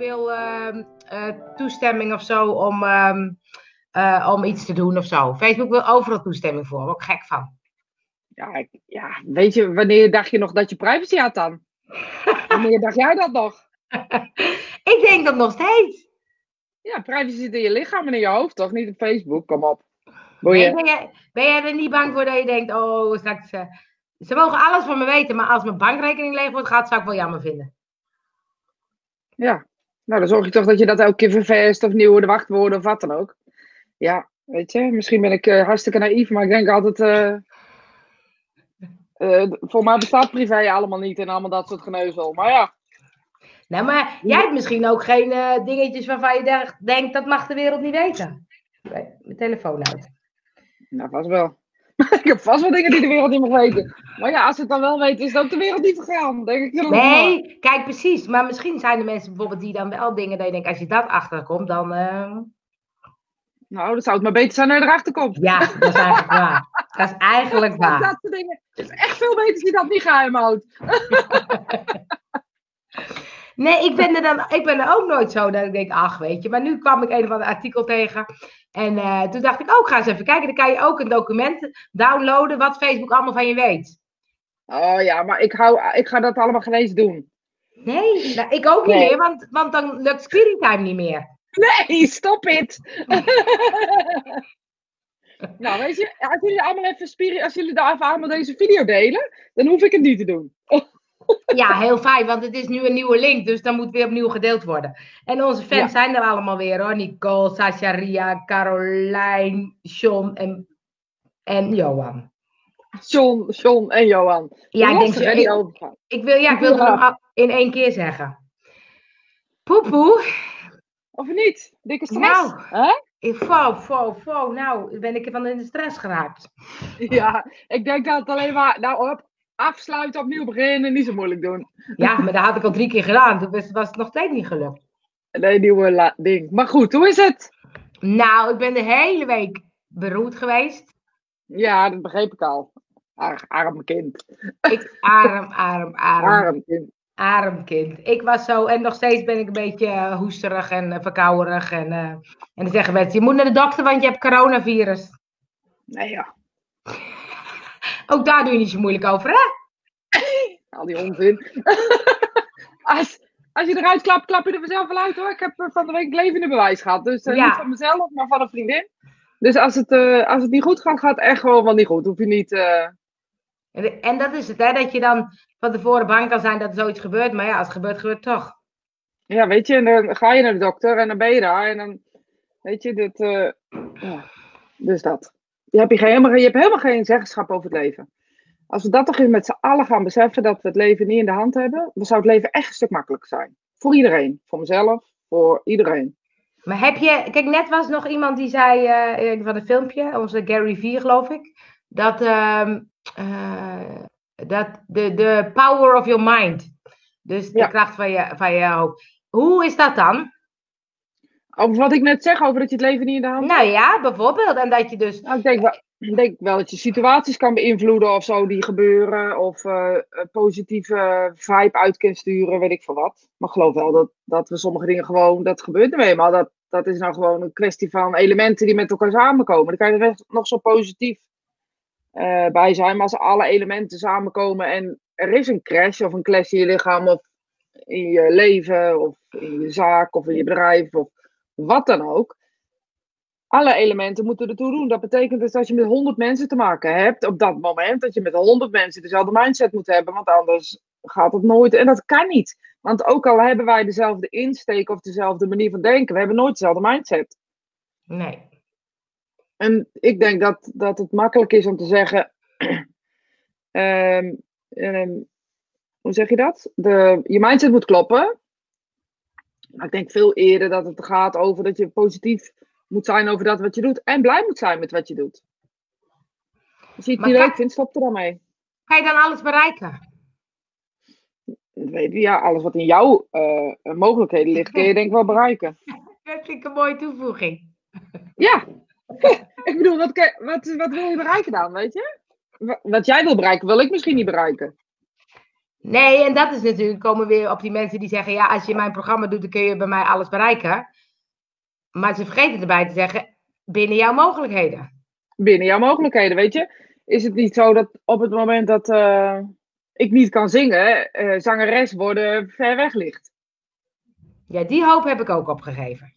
wil toestemming of zo om iets te doen of zo. Facebook wil overal toestemming voor. Daar word ik gek van. Ja, weet je, wanneer dacht je nog dat je privacy had dan? Wanneer dacht jij dat nog? Ik denk dat nog steeds. Ja, privacy zit in je lichaam en in je hoofd, toch? Niet op Facebook, kom op. Nee, ben jij er niet bang voor dat je denkt, oh, straks... ze mogen alles van me weten, maar als mijn bankrekening leeg wordt gaat, zou ik wel jammer vinden. Ja, nou dan zorg je toch dat je dat elke keer ververst of nieuwe wachtwoorden of wat dan ook. Ja, weet je, misschien ben ik hartstikke naïef, maar ik denk altijd... voor mij bestaat privé allemaal niet en allemaal dat soort geneuzel. Maar ja. Nou, maar jij hebt misschien ook geen dingetjes waarvan je denkt, dat mag de wereld niet weten. Nee, mijn telefoon uit. Nou, vast wel. Ik heb vast wel dingen die de wereld niet mag weten. Maar ja, als ze het dan wel weten, is het ook de wereld niet vergaan. Denk ik. Nee, kijk precies. Maar misschien zijn er mensen bijvoorbeeld die dan wel dingen dat je denkt, als je dat achterkomt, dan... Nou, dan zou het maar beter zijn dat je erachter komt. Ja, dat is eigenlijk waar. Dat is eigenlijk waar. Dat soort dingen. Het is echt veel beter als je dat niet geheim houdt. Nee, ik ben er ook nooit zo dat ik denk, ach, weet je. Maar nu kwam ik een of ander artikel tegen. En toen dacht ik, ga eens even kijken. Dan kan je ook een document downloaden wat Facebook allemaal van je weet. Oh ja, maar ik ga dat allemaal geen eens doen. Nee, nou, ik ook niet meer, want dan lukt screentime niet meer. Nee, stop het. Nou, weet je, als jullie daar even allemaal deze video delen, dan hoef ik het niet te doen. Ja, heel fijn, want het is nu een nieuwe link, dus dan moet weer opnieuw gedeeld worden. En onze fans zijn er allemaal weer hoor. Nicole, Sasha, Ria, Caroline, Sean en Johan. Sean en Johan. Ja, ik wil het nog in 1 keer zeggen. Poepoe. Of niet? Dikke stress. Nou, ben ik van in de stress geraakt. Ja, ik denk dat het alleen maar... Nou, afsluiten, opnieuw beginnen, niet zo moeilijk doen. Ja, maar dat had ik al 3 keer gedaan. Toen was het nog steeds niet gelukt. Nee, nieuwe ding. Maar goed, hoe is het? Nou, ik ben de hele week beroerd geweest. Ja, dat begreep ik al. Arm kind. Arm kind. Arm kind. Ik was zo, en nog steeds ben ik een beetje hoesterig en verkoudelig. En dan zeggen mensen, je moet naar de dokter, want je hebt coronavirus. Nee ja. Ook daar doe je niet zo moeilijk over, hè? Al die onzin. Als je eruit klapt, klap je er vanzelf wel uit, hoor. Ik heb van de week het levende bewijs gehad. Dus niet van mezelf, maar van een vriendin. Dus als het niet goed gaat, gaat het echt gewoon wel niet goed. Hoef je niet... En dat is het, hè? Dat je dan van tevoren bang kan zijn dat er zoiets gebeurt. Maar ja, als het gebeurt, gebeurt het toch. Ja, weet je, en dan ga je naar de dokter en dan ben je daar. En dan, weet je, dus dat. Je hebt helemaal geen zeggenschap over het leven. Als we dat toch eens met z'n allen gaan beseffen, dat we het leven niet in de hand hebben, dan zou het leven echt een stuk makkelijker zijn. Voor iedereen. Voor mezelf, voor iedereen. Maar kijk, net was nog iemand die zei, van een filmpje, onze Gary Vee geloof ik, dat de power of your mind. Dus de kracht van je hoofd. Hoe is dat dan? Over wat ik net zeg, over dat je het leven niet in de hand hebt? Nou ja, bijvoorbeeld. En dat je dus... Nou, ik denk wel dat je situaties kan beïnvloeden of zo die gebeuren. Of een positieve vibe uit kan sturen, weet ik veel wat. Maar ik geloof wel dat we sommige dingen gewoon... Dat gebeurt er mee, maar dat is nou gewoon een kwestie van elementen die met elkaar samenkomen. Dan kan je er nog zo positief bij zijn. Maar als alle elementen samenkomen en er is een crash of een clash in je lichaam... of in je leven of in je zaak of in je bedrijf of wat dan ook. Alle elementen moeten ertoe doen. Dat betekent dus dat je met 100 mensen te maken hebt op dat moment. Dat je met 100 mensen dezelfde mindset moet hebben. Want anders gaat het nooit. En dat kan niet. Want ook al hebben wij dezelfde insteek of dezelfde manier van denken. We hebben nooit dezelfde mindset. Nee. En ik denk dat het makkelijk is om te zeggen... hoe zeg je dat? Je mindset moet kloppen. Maar ik denk veel eerder dat het gaat over dat je positief moet zijn over dat wat je doet. En blij moet zijn met wat je doet. Als je het niet leuk vindt, stop er dan mee. Kan je dan alles bereiken? Ja, alles wat in jouw mogelijkheden ligt, kun je denk ik wel bereiken. Dat vind ik een mooie toevoeging. Ja. Ik bedoel, wat wil je bereiken dan, weet je? Wat jij wil bereiken, wil ik misschien niet bereiken. Nee, en dat is natuurlijk, komen we weer op die mensen die zeggen, ja, als je mijn programma doet, dan kun je bij mij alles bereiken. Maar ze vergeten erbij te zeggen, binnen jouw mogelijkheden. Binnen jouw mogelijkheden, weet je. Is het niet zo dat op het moment dat ik niet kan zingen, zangeres worden ver weg ligt? Ja, die hoop heb ik ook opgegeven.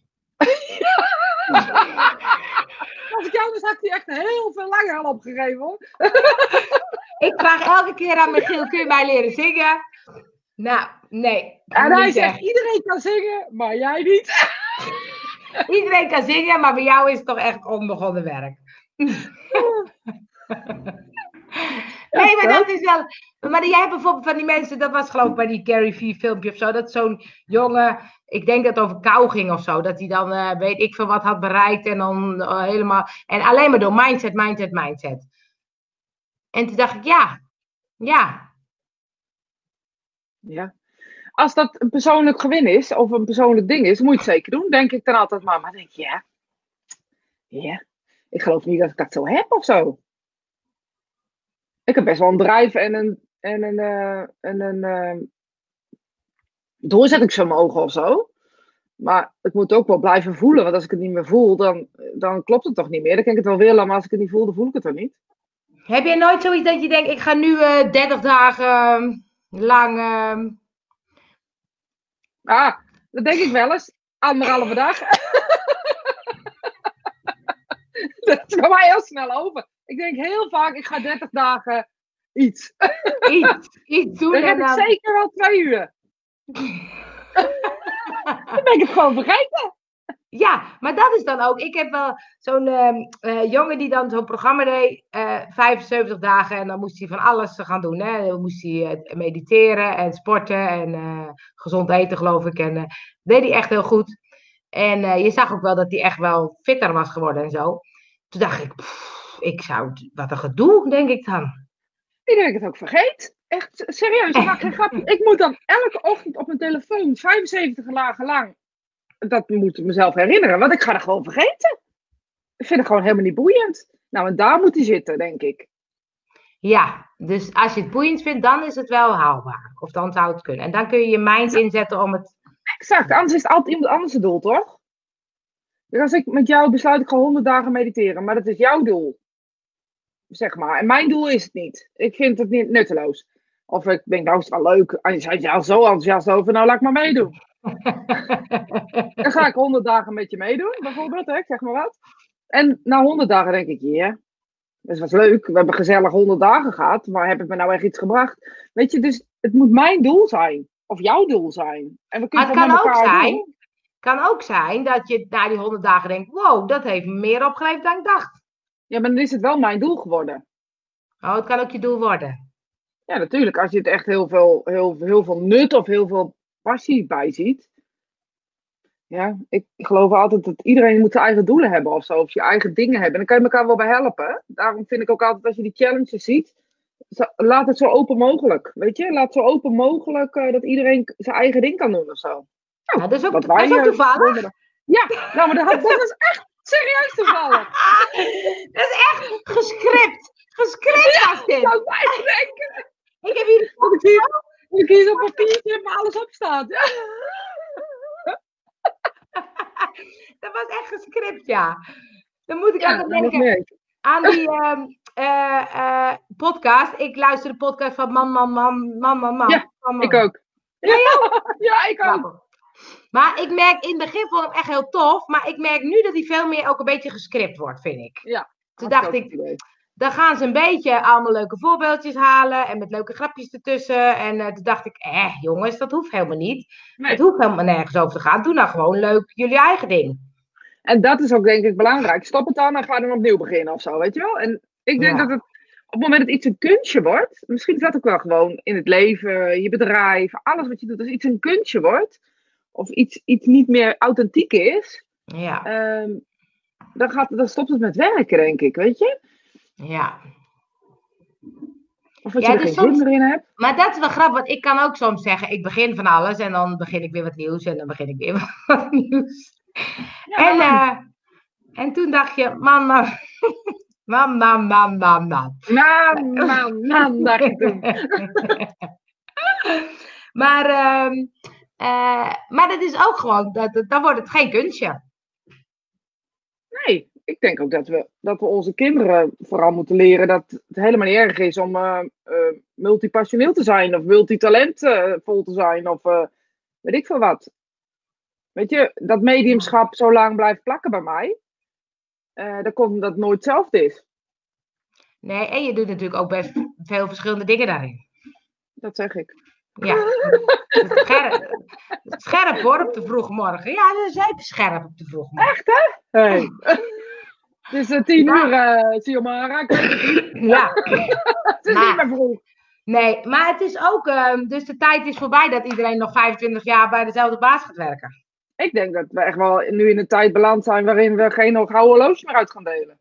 Als ik jou dus had die echt heel veel langer al opgegeven, hoor. Ik vraag elke keer aan Michiel, kun je mij leren zingen? Nou, nee. En hij zegt, iedereen kan zingen, maar jij niet. Iedereen kan zingen, maar bij jou is het toch echt onbegonnen werk. Nee, maar dat is wel... Maar jij hebt bijvoorbeeld van die mensen, dat was geloof ik bij die Gary Vee filmpje of zo, dat zo'n jongen, ik denk dat het over kou ging of zo, dat hij dan weet ik veel wat had bereikt en dan helemaal... En alleen maar door mindset. En toen dacht ik, ja. Als dat een persoonlijk gewin is, of een persoonlijk ding is, moet je het zeker doen, denk ik dan altijd maar. Maar denk je, ja, ik geloof niet dat ik dat zo heb of zo. Ik heb best wel een drive en een doorzettingsvermogen of zo. Maar het moet ook wel blijven voelen. Want als ik het niet meer voel, dan klopt het toch niet meer. Dan kan ik het wel willen, maar als ik het niet voel, dan voel ik het toch niet. Heb je nooit zoiets dat je denkt, ik ga nu 30 dagen lang... Dat denk ik wel eens. 1,5 dag. Dat is bij mij heel snel over. Ik denk heel vaak, ik ga 30 dagen iets. Iets doen. Dan heb ik zeker wel 2 uur. Dan ben ik het gewoon vergeten. Ja, maar dat is dan ook... Ik heb wel zo'n jongen die dan zo'n programma deed, 75 dagen. En dan moest hij van alles gaan doen. Hè? Dan moest hij mediteren en sporten en gezond eten, geloof ik. En deed hij echt heel goed. En je zag ook wel dat hij echt wel fitter was geworden en zo. Toen dacht ik, wat een gedoe, denk ik dan. Ik denk het ook vergeet. Echt serieus, ik maak geen grapje. Ik moet dan elke ochtend op mijn telefoon 75 dagen lang. Dat moet ik mezelf herinneren, want ik ga er gewoon vergeten. Ik vind het gewoon helemaal niet boeiend. Nou, en daar moet hij zitten, denk ik. Ja, dus als je het boeiend vindt, dan is het wel haalbaar. Of dan zou het kunnen. En dan kun je je mind inzetten om het... Exact, anders is het altijd iemand anders het doel, toch? Dus als ik met jou besluit, ik ga 100 dagen mediteren, maar dat is jouw doel. Zeg maar. En mijn doel is het niet. Ik vind het niet nutteloos. Of ik denk, nou is het wel leuk. En je zei jou zo enthousiast over, nou laat ik maar meedoen. Dan ga ik 100 dagen met je meedoen, bijvoorbeeld, hè? Zeg maar wat. En na 100 dagen denk ik, ja, dat was leuk. We hebben gezellig 100 dagen gehad, maar heb ik me nou echt iets gebracht? Weet je, dus het moet mijn doel zijn. Of jouw doel zijn. En we kunnen maar het kan ook zijn dat je na die 100 dagen denkt, wow, dat heeft me meer opgeleverd dan ik dacht. Ja, maar dan is het wel mijn doel geworden. Oh, het kan ook je doel worden. Ja, natuurlijk. Als je het echt heel veel nut of heel veel passie bij ziet. Ja, ik geloof altijd dat iedereen moet zijn eigen doelen hebben of zo. Of je eigen dingen hebben. En dan kan je elkaar wel bij helpen. Daarom vind ik ook altijd, als je die challenges ziet, laat het zo open mogelijk. Weet je, laat zo open mogelijk dat iedereen zijn eigen ding kan doen of zo. Nou, dat is ook toevallig. Ja, nou, maar dat was echt serieus toevallig. Dat is echt gescript. Gescript was dit. Ja, ik denken. Ik heb hier... Moet ik hier zo'n papiertje waar alles op staat. Ja. Dat was echt gescript, ja. Dan moet ik altijd denken aan die podcast. Ik luister de podcast van Man. Ja, ik ook. Ja, ik ook. Maar ik merk, in het begin vond ik hem echt heel tof. Maar ik merk nu dat hij veel meer ook een beetje gescript wordt, vind ik. Ja. Toen dacht ik, dan gaan ze een beetje allemaal leuke voorbeeldjes halen. En met leuke grapjes ertussen. En toen dacht ik, jongens, dat hoeft helemaal niet. Nee. Het hoeft helemaal nergens over te gaan. Doe nou gewoon leuk jullie eigen ding. En dat is ook denk ik belangrijk. Stop het dan en ga dan opnieuw beginnen of zo, weet je wel. En ik denk dat het, op het moment dat iets een kunstje wordt. Misschien is dat ook wel gewoon in het leven, je bedrijf, alles wat je doet. Als iets een kunstje wordt. Of iets niet meer authentiek is. Ja. Dan stopt het met werken, denk ik, weet je. Ja. Of dat je er geen zin erin hebt. Maar dat is wel grappig, want ik kan ook soms zeggen, ik begin van alles en dan begin ik weer wat nieuws en dan begin ik weer wat nieuws. Ja, en toen dacht je, man, dacht ik toen. Maar, maar dat is ook gewoon, dan wordt het geen kunstje. Nee, ik denk ook dat we onze kinderen vooral moeten leren dat het helemaal niet erg is om multipassioneel te zijn of multitalentvol te zijn of weet ik veel wat. Weet je, dat mediumschap zo lang blijft plakken bij mij, dan komt omdat het nooit hetzelfde is. Nee, en je doet natuurlijk ook best veel verschillende dingen daarin. Dat zeg ik. Ja, scherp hoor op de vroege morgen. Ja, dat is even scherp op de vroege morgen. Echt hè? Hey. Het is 10 uur, Siomara. Ja. Het is niet meer vroeg. Nee, maar het is ook, dus de tijd is voorbij dat iedereen nog 25 jaar bij dezelfde baas gaat werken. Ik denk dat we echt wel nu in een tijd beland zijn waarin we geen gouden horloge meer uit gaan delen.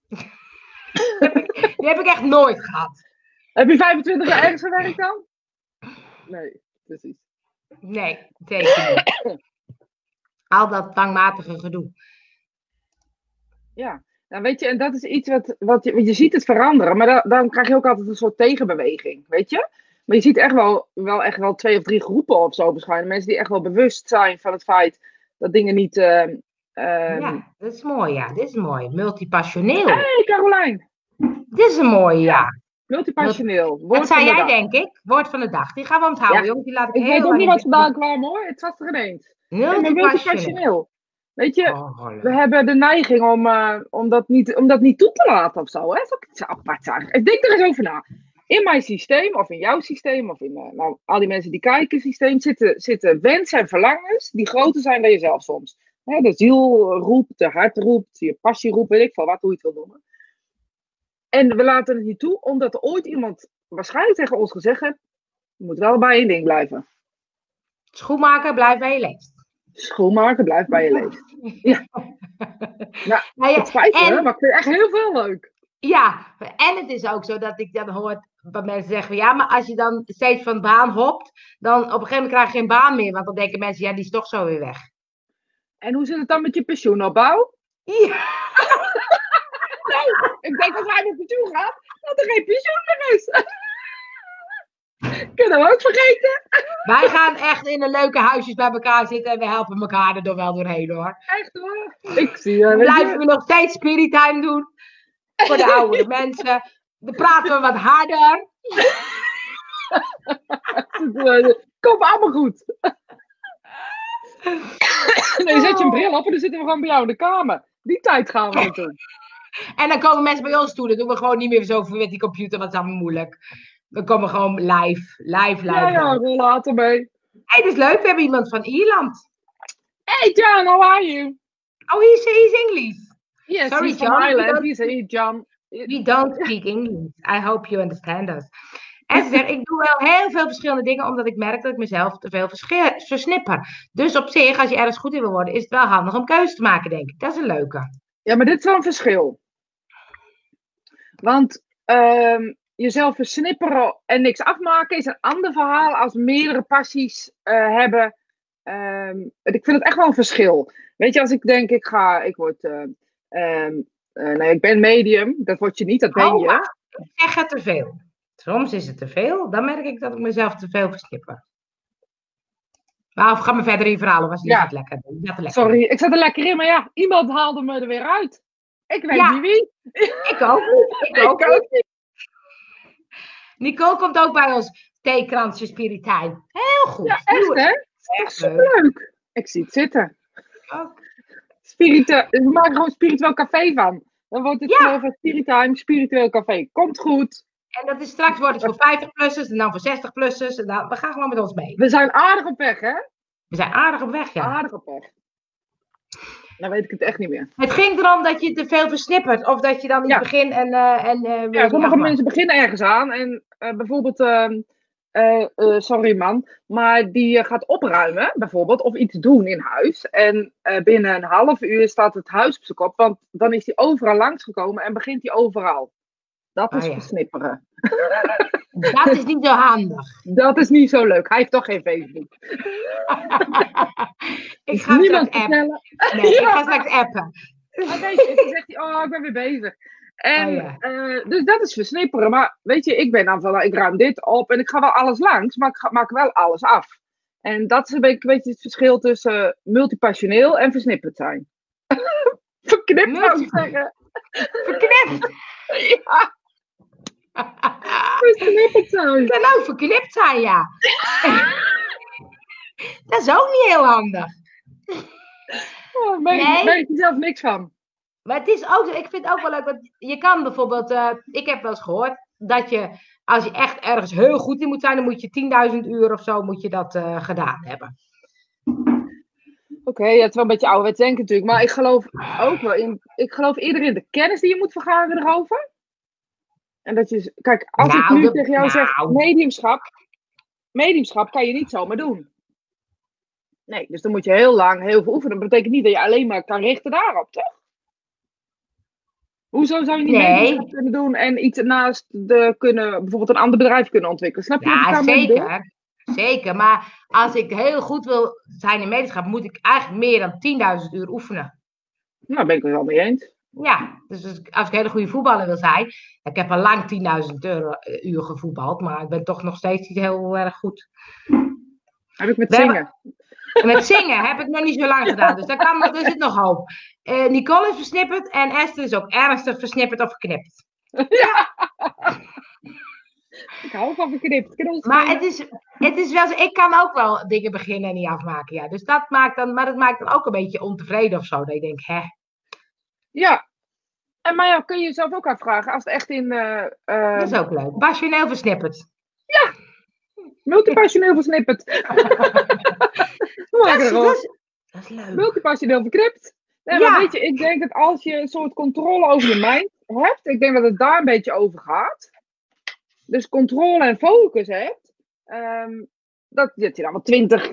Die heb ik echt nooit gehad. Heb je 25 jaar ergens gewerkt dan? Nee, precies. Nee, zeker niet. Al dat dwangmatige gedoe. Ja, nou weet je, en dat is iets wat je ziet het veranderen, maar dan krijg je ook altijd een soort tegenbeweging, weet je? Maar je ziet echt wel 2 of 3 groepen of zo verschijnen. Mensen die echt wel bewust zijn van het feit dat dingen niet... Ja, dat is mooi, ja. Dit is mooi. Multipassioneel. Hey, Carolijn! Dit is een mooie, ja. Multipassioneel. Dat zei jij, denk ik. Woord van de dag. Die gaan we onthouden, Ja. jongens. Die laat ik Ik heel weet ook lang niet wat vandaan kwam, hoor. Het was er ineens. Multipassioneel. Weet je, we hebben de neiging om dat niet toe te laten of zo. Hè? Dat is ook iets apart eigenlijk. Ik denk er eens over na. In mijn systeem, of in jouw systeem, of in al die mensen die kijken systeem, zitten wensen en verlangens die groter zijn dan jezelf soms. Hè, de ziel roept, de hart roept, je passie roept, weet ik veel wat, hoe je het wil noemen. En we laten het niet toe, omdat er ooit iemand waarschijnlijk tegen ons gezegd heeft, je moet wel bij één ding blijven. Schoenmaker, blijf bij je leest. Schoenmaker, blijf bij je leest. Ja. Nou, het spijt me, maar ik vind het echt heel veel leuk. Ja, en het is ook zo dat ik dan hoor dat mensen zeggen, ja, maar als je dan steeds van baan hopt, dan op een gegeven moment krijg je geen baan meer. Want dan denken mensen, ja, die is toch zo weer weg. En hoe zit het dan met je pensioenopbouw? Ja. Nee, ik denk als hij met pensioen gaat, dat er geen pensioen meer is. Kunnen we ook vergeten. Wij gaan echt in de leuke huisjes bij elkaar zitten en we helpen elkaar er toch wel doorheen, hoor. Echt hoor. Ik zie je. Blijven we nog steeds spirit time doen. Voor de oudere mensen. Dan praten we wat harder. Komt allemaal goed. Nee, zet je een bril op en dan zitten we gewoon bij jou in de kamer. Die tijd gaan we doen. En dan komen mensen bij ons toe. Dan doen we gewoon niet meer zo met die computer, want dat is allemaal moeilijk. We komen gewoon live. Ja, later mee. Hey, dat is leuk. We hebben iemand van Ierland. Hey John, how are you? Oh, he's English. Yes, sorry, he's John. from Ireland. He's John. We don't speak English. I hope you understand us. En ze zegt, ik doe wel heel veel verschillende dingen, omdat ik merk dat ik mezelf te veel versnipper. Dus op zich, als je ergens goed in wil worden, is het wel handig om keuzes te maken, denk ik. Dat is een leuke. Ja, maar dit is wel een verschil. Want jezelf versnipperen en niks afmaken is een ander verhaal als meerdere passies hebben. Ik vind het echt wel een verschil. Weet je, als ik denk, ik ben medium, dat word je niet, dat ben je. Maar ik zeg het te veel. Soms is het te veel, dan merk ik dat ik mezelf te veel versnipper. Maar of ga me verder in verhalen, was niet lekker. Sorry, ik zat er lekker in, maar ja, iemand haalde me er weer uit. Ik weet niet wie. Ik ook niet. Nicole komt ook bij ons theekransje Spiritijn. Heel goed. Ja, echt hè? Echt superleuk. Ik zie het zitten. We maken gewoon spiritueel café van. Dan wordt het gewoon Spiritime, spiritueel café. Komt goed. En straks wordt het voor 50-plussers en dan voor 60-plussers. En we gaan gewoon met ons mee. We zijn aardig op weg, hè? We zijn aardig op weg, ja. Aardig op weg. Dan weet ik het echt niet meer. Het ging erom dat je te veel versnippert. Of dat je dan niet begint en sommige mensen beginnen ergens aan. En bijvoorbeeld... sorry man, maar die gaat opruimen bijvoorbeeld of iets doen in huis en binnen een half uur staat het huis op zijn kop, want dan is hij overal langsgekomen en begint hij overal. Dat is versnipperen. Dat is niet zo handig. Dat is niet zo leuk. Hij heeft toch geen Facebook. Ik ga straks appen. Nee, ik ga straks appen. Dan zegt hij, ik ben weer bezig. En, ja. dus dat is versnipperen. Maar weet je, ik ben dan van, ik ruim dit op en ik ga wel alles langs, maar ik maak wel alles af. En dat is een beetje het verschil tussen multipassioneel en versnipperd zijn. Verknipt zou ik zeggen. Verknipt. Ja, versnipperd zijn. Het kan ook verknipt zijn, ja. Dat is ook niet heel handig. Oh, weet je zelf niks van. Maar het is ook, ik vind het ook wel leuk, want je kan bijvoorbeeld, ik heb wel eens gehoord, dat je, als je echt ergens heel goed in moet zijn, dan moet je 10.000 uur of zo, moet je dat gedaan hebben. Oké, ja, het is wel een beetje ouderwets denken natuurlijk, maar ik geloof ook wel ik geloof eerder in de kennis die je moet vergaren erover. En dat je, kijk, als ik nu tegen jou zeg, mediumschap kan je niet zomaar doen. Nee, dus dan moet je heel lang, heel veel oefenen. Dat betekent niet dat je alleen maar kan richten daarop, toch? Hoezo zou je niet mediumschap kunnen doen en iets ernaast bijvoorbeeld een ander bedrijf kunnen ontwikkelen? Snap je wat ik daarmee bedoel? Zeker. Maar als ik heel goed wil zijn in mediumschap, moet ik eigenlijk meer dan 10.000 uur oefenen. Nou, daar ben ik het wel mee eens. Ja, dus als ik een hele goede voetballer wil zijn, ik heb al lang 10.000 uur gevoetbald, maar ik ben toch nog steeds niet heel erg goed. Heb ik met zingen? Met zingen heb ik nog niet zo lang gedaan, dus er zit nog hoop. Nicole is versnipperd en Esther is ook ernstig versnipperd of geknipt. Ja! Ik hou van verknipt. Maar het is wel zo, ik kan ook wel dingen beginnen en niet afmaken, ja. Dus dat maakt dan ook een beetje ontevreden of zo, dat je denkt, hè. Ja, maar ja, kun je jezelf ook afvragen als het echt in... Dat is ook leuk. Passioneel versnipperd. Ja, multipassioneel versnipperd. Dat is leuk. Multipassioneel verknipt. Nee, maar weet je, ik denk dat als je een soort controle over je mind hebt, ik denk dat het daar een beetje over gaat. Dus controle en focus hebt. Dat je dan wel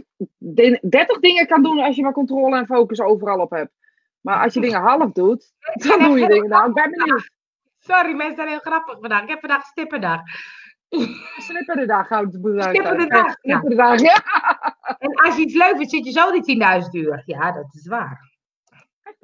30 dingen kan doen als je maar controle en focus overal op hebt. Maar als je dingen half doet, dan doe je dingen. Nou, ik ben benieuwd. Sorry, mensen zijn heel grappig vandaag. Ik heb vandaag snipperdag. Snipperdag houdt het bedrag. Snipperdag, ja. En als je iets leuk vindt, zit je zo die 10.000 uur. Ja, dat is waar. Echt,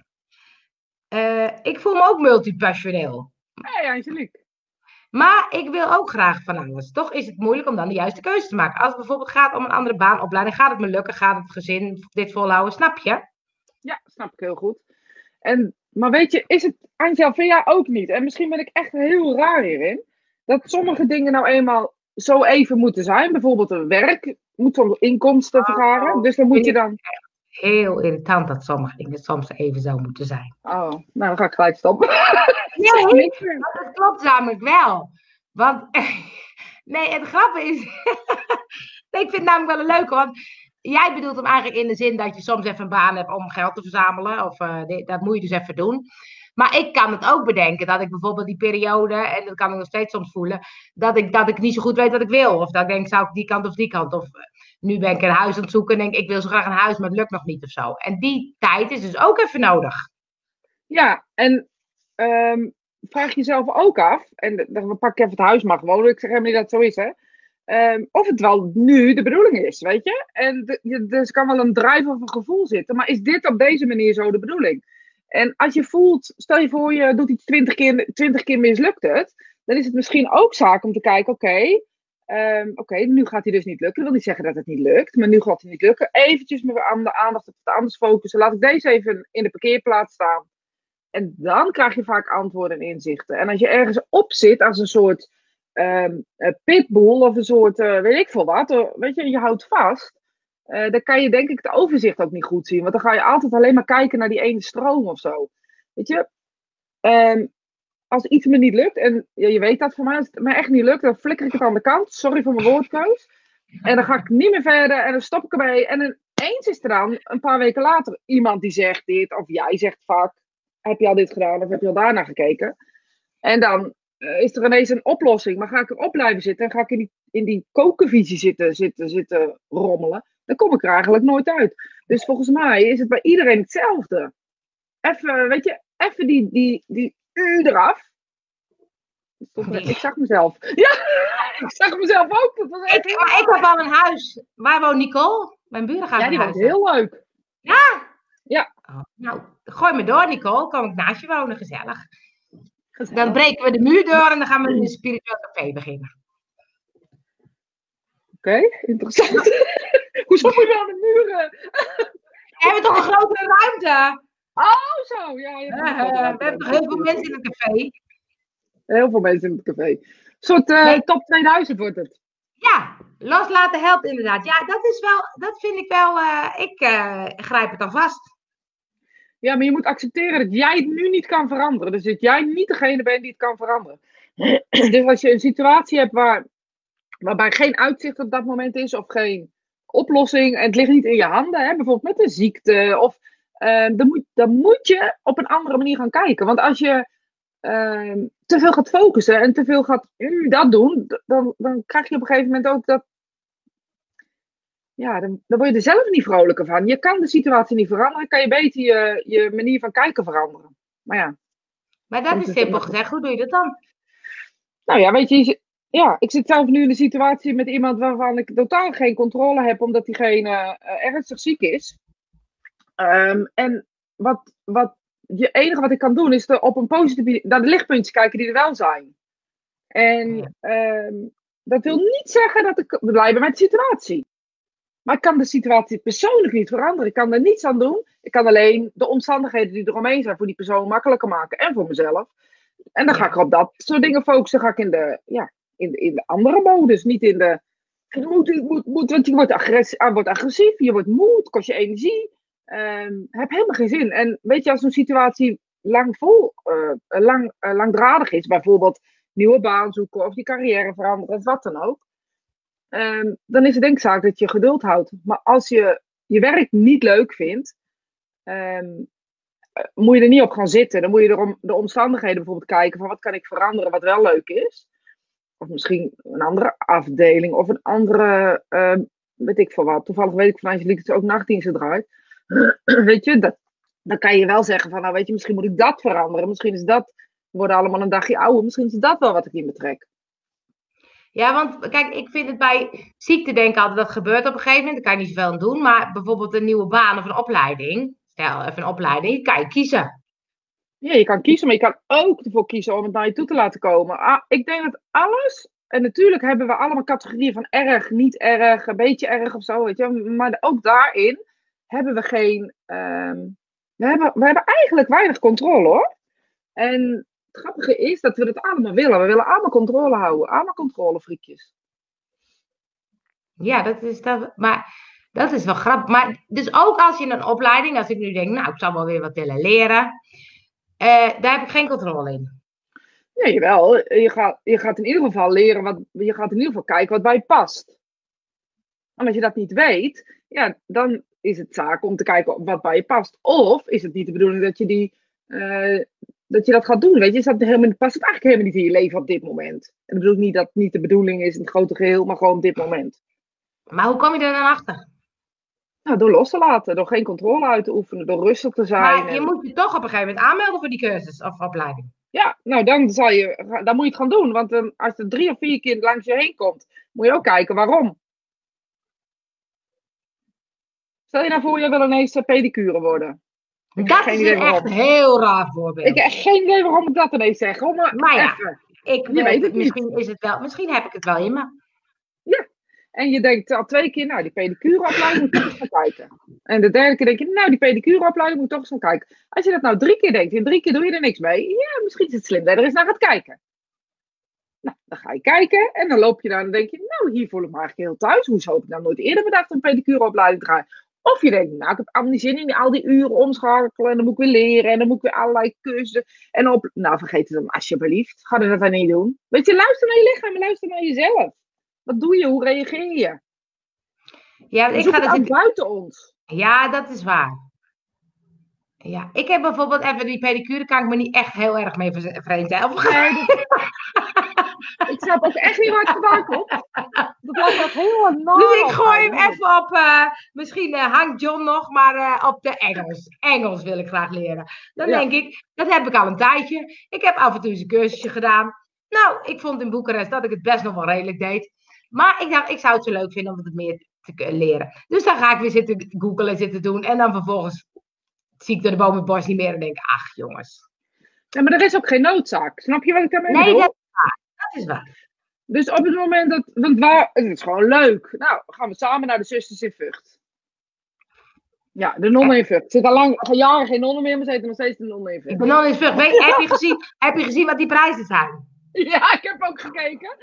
hè? Ik voel me ook multipassioneel. Hey, Angelique. Maar ik wil ook graag van alles. Toch is het moeilijk om dan de juiste keuze te maken. Als het bijvoorbeeld gaat om een andere baanopleiding, gaat het me lukken? Gaat het gezin dit volhouden? Snap je? Ja, snap ik heel goed. Maar weet je, is het, Angel, vind jij ook niet? En misschien ben ik echt heel raar hierin. Dat sommige dingen nou eenmaal zo even moeten zijn. Bijvoorbeeld een werk moet soms inkomsten vergaren. Dus dan moet je dan... Heel irritant dat sommige dingen soms even zo moeten zijn. Oh, nou dan ga ik gelijk stoppen. Nee, dat klopt namelijk wel. Want, nee, het grappige is... nee, ik vind het namelijk wel een leuke, want jij bedoelt hem eigenlijk in de zin dat je soms even een baan hebt om geld te verzamelen. Of dat moet je dus even doen. Maar ik kan het ook bedenken dat ik bijvoorbeeld die periode, en dat kan ik nog steeds soms voelen, dat ik niet zo goed weet wat ik wil. Of dat ik denk, zou ik die kant of die kant? Of nu ben ik een huis aan het zoeken en denk ik wil zo graag een huis, maar het lukt nog niet of zo. En die tijd is dus ook even nodig. Ja, en vraag jezelf ook af, en dan pak ik even het huis maar gewoon, ik zeg helemaal niet dat het zo is, hè. Of het wel nu de bedoeling is, weet je. En dus kan wel een drive of een gevoel zitten, maar is dit op deze manier zo de bedoeling? En als je voelt, stel je voor je doet iets 20 keer mislukt het, dan is het misschien ook zaak om te kijken, oké, nu gaat hij dus niet lukken. Dat wil niet zeggen dat het niet lukt, maar nu gaat het niet lukken. Eventjes met de aandacht op het anders focussen. Laat ik deze even in de parkeerplaats staan. En dan krijg je vaak antwoorden en inzichten. En als je ergens op zit als een soort pitbull of een soort weet ik veel wat, weet je houdt vast. Dan kan je denk ik het overzicht ook niet goed zien. Want dan ga je altijd alleen maar kijken naar die ene stroom of zo. Weet je? Als iets me niet lukt, en je weet dat voor mij, als het me echt niet lukt, dan flikker ik het aan de kant. Sorry voor mijn woordkeus. En dan ga ik niet meer verder en dan stop ik ermee. En ineens is er dan, een paar weken later, iemand die zegt dit, of jij zegt vaak, heb je al dit gedaan of heb je al daarna gekeken? En dan is er ineens een oplossing. Maar ga ik erop blijven zitten en ga ik in die kokenvisie zitten rommelen, dan kom ik er eigenlijk nooit uit. Dus volgens mij is het bij iedereen hetzelfde. Even, weet je, even die eraf. Ik zag mezelf. Ja, ik zag mezelf ook. Dat was echt ik heb al een huis. Waar woont Nicole? Mijn buren gaan die woont heel leuk. Ja? Ja. Oh, nou, gooi me door, Nicole. Kom ik naast je wonen, gezellig. Dan breken we de muur door en dan gaan we een spiritueel café beginnen. Oké, interessant. Hoezo moet je aan de muren? We hebben toch een grotere ruimte? Oh, zo. Ja, we hebben toch heel veel mensen in het café? Heel veel mensen in het café. Een soort top 2000 wordt het. Ja, loslaten helpt inderdaad. Ja, dat vind ik wel, ik grijp het alvast. Ja, maar je moet accepteren dat jij het nu niet kan veranderen. Dus dat jij niet degene bent die het kan veranderen. Dus als je een situatie hebt waarbij geen uitzicht op dat moment is, of geen oplossing, en het ligt niet in je handen, hè, bijvoorbeeld met een ziekte, of, dan moet je op een andere manier gaan kijken. Want als je te veel gaat focussen en te veel gaat dat doen, dan krijg je op een gegeven moment ook dat. Ja, dan word je er zelf niet vrolijker van. Je kan de situatie niet veranderen, kan je beter je manier van kijken veranderen. Maar ja. Maar dat is simpel gezegd, hoe doe je dat dan? Nou ja, weet je, ik zit zelf nu in een situatie met iemand waarvan ik totaal geen controle heb, omdat diegene ernstig ziek is. En het enige wat ik kan doen, is op een positieve, naar de lichtpuntjes kijken die er wel zijn. En dat wil niet zeggen dat ik blij ben met de situatie. Maar ik kan de situatie persoonlijk niet veranderen. Ik kan er niets aan doen. Ik kan alleen de omstandigheden die eromheen zijn voor die persoon makkelijker maken. En voor mezelf. En dan ga ik op dat soort dingen focussen. Ga ik in de andere modus. Niet in de. Want je wordt agressief. Je wordt moe. Het kost je energie. Heb helemaal geen zin. En weet je, als een situatie langdradig is. Bijvoorbeeld nieuwe baan zoeken. Of je carrière veranderen. Of wat dan ook. Dan is het denk ik zaak dat je geduld houdt. Maar als je je werk niet leuk vindt, moet je er niet op gaan zitten. Dan moet je de omstandigheden bijvoorbeeld kijken van wat kan ik veranderen wat wel leuk is. Of misschien een andere afdeling of een andere, weet ik veel wat. Toevallig weet ik van Angelique dat ze ook nachtdiensten draait. Weet je, dan kan je wel zeggen van nou weet je, misschien moet ik dat veranderen. Misschien is dat, we worden allemaal een dagje ouder. Misschien is dat wel wat ik niet meer trek. Ja, want kijk, ik vind het bij ziekte denken altijd dat gebeurt op een gegeven moment. Daar kan je niet zoveel aan doen. Maar bijvoorbeeld een nieuwe baan of een opleiding. Stel even een opleiding, kan je kiezen. Ja, je kan kiezen, maar je kan ook ervoor kiezen om het naar je toe te laten komen. Ik denk dat alles, en natuurlijk hebben we allemaal categorieën van erg, niet erg, een beetje erg of zo, weet je. Maar ook daarin hebben we geen, we hebben eigenlijk weinig controle hoor. En het grappige is dat we dat allemaal willen. We willen allemaal controle houden. Allemaal controlefriekjes. Ja, dat is wel grappig. Maar dus ook als je een opleiding, als ik nu denk, nou, ik zou wel weer wat willen leren. Daar heb ik geen controle in. Nee, jawel. Je gaat in ieder geval leren, je gaat in ieder geval kijken wat bij je past. En als je dat niet weet, ja, dan is het zaak om te kijken wat bij je past. Of is het niet de bedoeling dat je dat je dat gaat doen, weet je? Past het eigenlijk helemaal niet in je leven op dit moment? En dat bedoel ik niet dat het niet de bedoeling is in het grote geheel, maar gewoon op dit moment. Maar hoe kom je er dan achter? Nou, door los te laten, door geen controle uit te oefenen, door rustig te zijn. Maar je moet je toch op een gegeven moment aanmelden voor die cursus of opleiding. Ja, nou dan moet je het gaan doen. Want als er 3 of 4 keer langs je heen komt, moet je ook kijken waarom. Stel je nou voor, je wil ineens pedicure worden. Dat is echt een heel raar voorbeeld. Ik heb echt geen idee waarom ik dat ineens zeg. Maar ja, je weet het misschien is het wel, misschien heb ik het wel in me. Ja, en je denkt al 2 keer, nou die pedicureopleiding moet ik toch eens gaan kijken. En de derde keer denk je, nou die pedicureopleiding moet ik toch eens gaan kijken. Als je dat nou 3 keer denkt, en 3 keer doe je er niks mee. Ja, misschien is het slim dat je er eens naar gaat kijken. Nou, dan ga je kijken en dan loop je daar en dan denk je, nou hier voel ik me eigenlijk heel thuis. Hoezo heb ik nou nooit eerder bedacht een pedicureopleiding te gaan? Of je denkt, nou ik heb allemaal niet zin in al die uren omschakelen en dan moet ik weer leren en dan moet ik weer allerlei cursussen. Nou vergeet het dan alsjeblieft, ga er dat niet doen. Weet je, luister naar je lichaam en luister naar jezelf. Wat doe je? Hoe reageer je? Ja, ik ga dat buiten ons. Ja, dat is waar. Ja, ik heb bijvoorbeeld even die pedicure, kan ik me niet echt heel erg mee vereenzelvigen. Ik snap ook echt niet waar het vandaan komt. Dat was ook heel normaal. Dus ik gooi hem even op, misschien hangt John nog, maar op de Engels. Engels wil ik graag leren. Dan denk ik, dat heb ik al een tijdje. Ik heb af en toe eens een cursusje gedaan. Nou, ik vond in Boekarest dat ik het best nog wel redelijk deed. Maar ik dacht, ik zou het zo leuk vinden om het meer te leren. Dus dan ga ik weer zitten googlen en zitten doen. En dan vervolgens zie ik door de boom het bos niet meer en denk ach jongens. Ja, maar er is ook geen noodzaak. Snap je wat ik daarmee Nee, bedoel? dat is waar. Dat is waar. Dus op het moment dat... Want waar, het is gewoon leuk. Nou, gaan we samen naar de zusters in Vught. Ja, de nonnen in Vught. Er zit al jaren geen nonnen meer, maar ze zitten nog steeds de nonnen in Ik Vught. ben nog eens vlug. Heb je gezien wat die prijzen zijn? Ja, ik heb ook gekeken.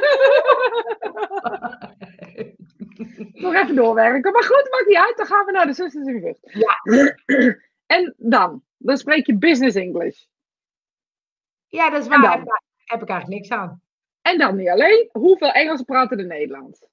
Nog even doorwerken. Maar goed, maakt niet uit. Dan gaan we naar de zusters in Vught. Ja. En dan spreek je business English. Ja, dat is waar. Heb ik eigenlijk niks aan. En dan niet alleen. Hoeveel Engelsen praten er Nederlands?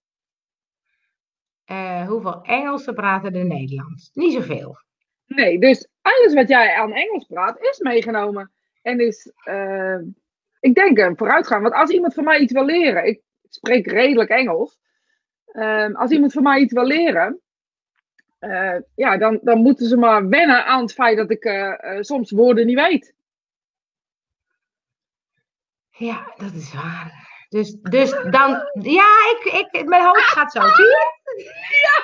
Hoeveel Engelsen praten er Nederlands? Niet zoveel. Nee, dus alles wat jij aan Engels praat is meegenomen. En is, ik denk, een vooruitgang. Want als iemand van mij iets wil leren, ik spreek redelijk Engels. Als iemand van mij iets wil leren, ja, dan moeten ze maar wennen aan het feit dat ik soms woorden niet weet. Ja, dat is waar. Dus dan, ja, mijn hoofd gaat zo, zie je? Ja.